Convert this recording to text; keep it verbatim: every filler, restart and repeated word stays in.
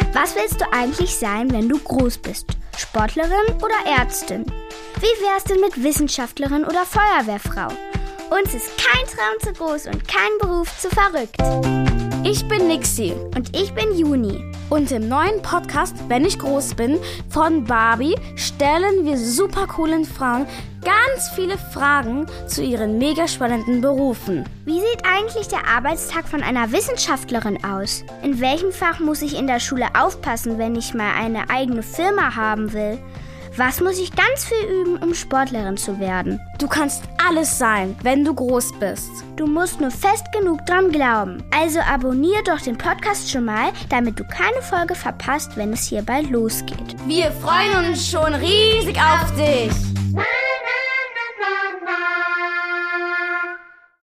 Was willst du eigentlich sein, wenn du groß bist? Sportlerin oder Ärztin? Wie wär's denn mit Wissenschaftlerin oder Feuerwehrfrau? Uns ist kein Traum zu groß und kein Beruf zu verrückt. Ich bin Nixie. Und ich bin Juni. Und im neuen Podcast Wenn ich groß bin von Barbie stellen wir super coolen Frauen ganz viele Fragen zu ihren mega spannenden Berufen. Wie sieht eigentlich der Arbeitstag von einer Wissenschaftlerin aus? In welchem Fach muss ich in der Schule aufpassen, wenn ich mal eine eigene Firma haben will? Was muss ich ganz viel üben, um Sportlerin zu werden? Du kannst alles sein, wenn du groß bist. Du musst nur fest genug dran glauben. Also abonnier doch den Podcast schon mal, damit du keine Folge verpasst, wenn es hier bald losgeht. Wir freuen uns schon riesig auf dich.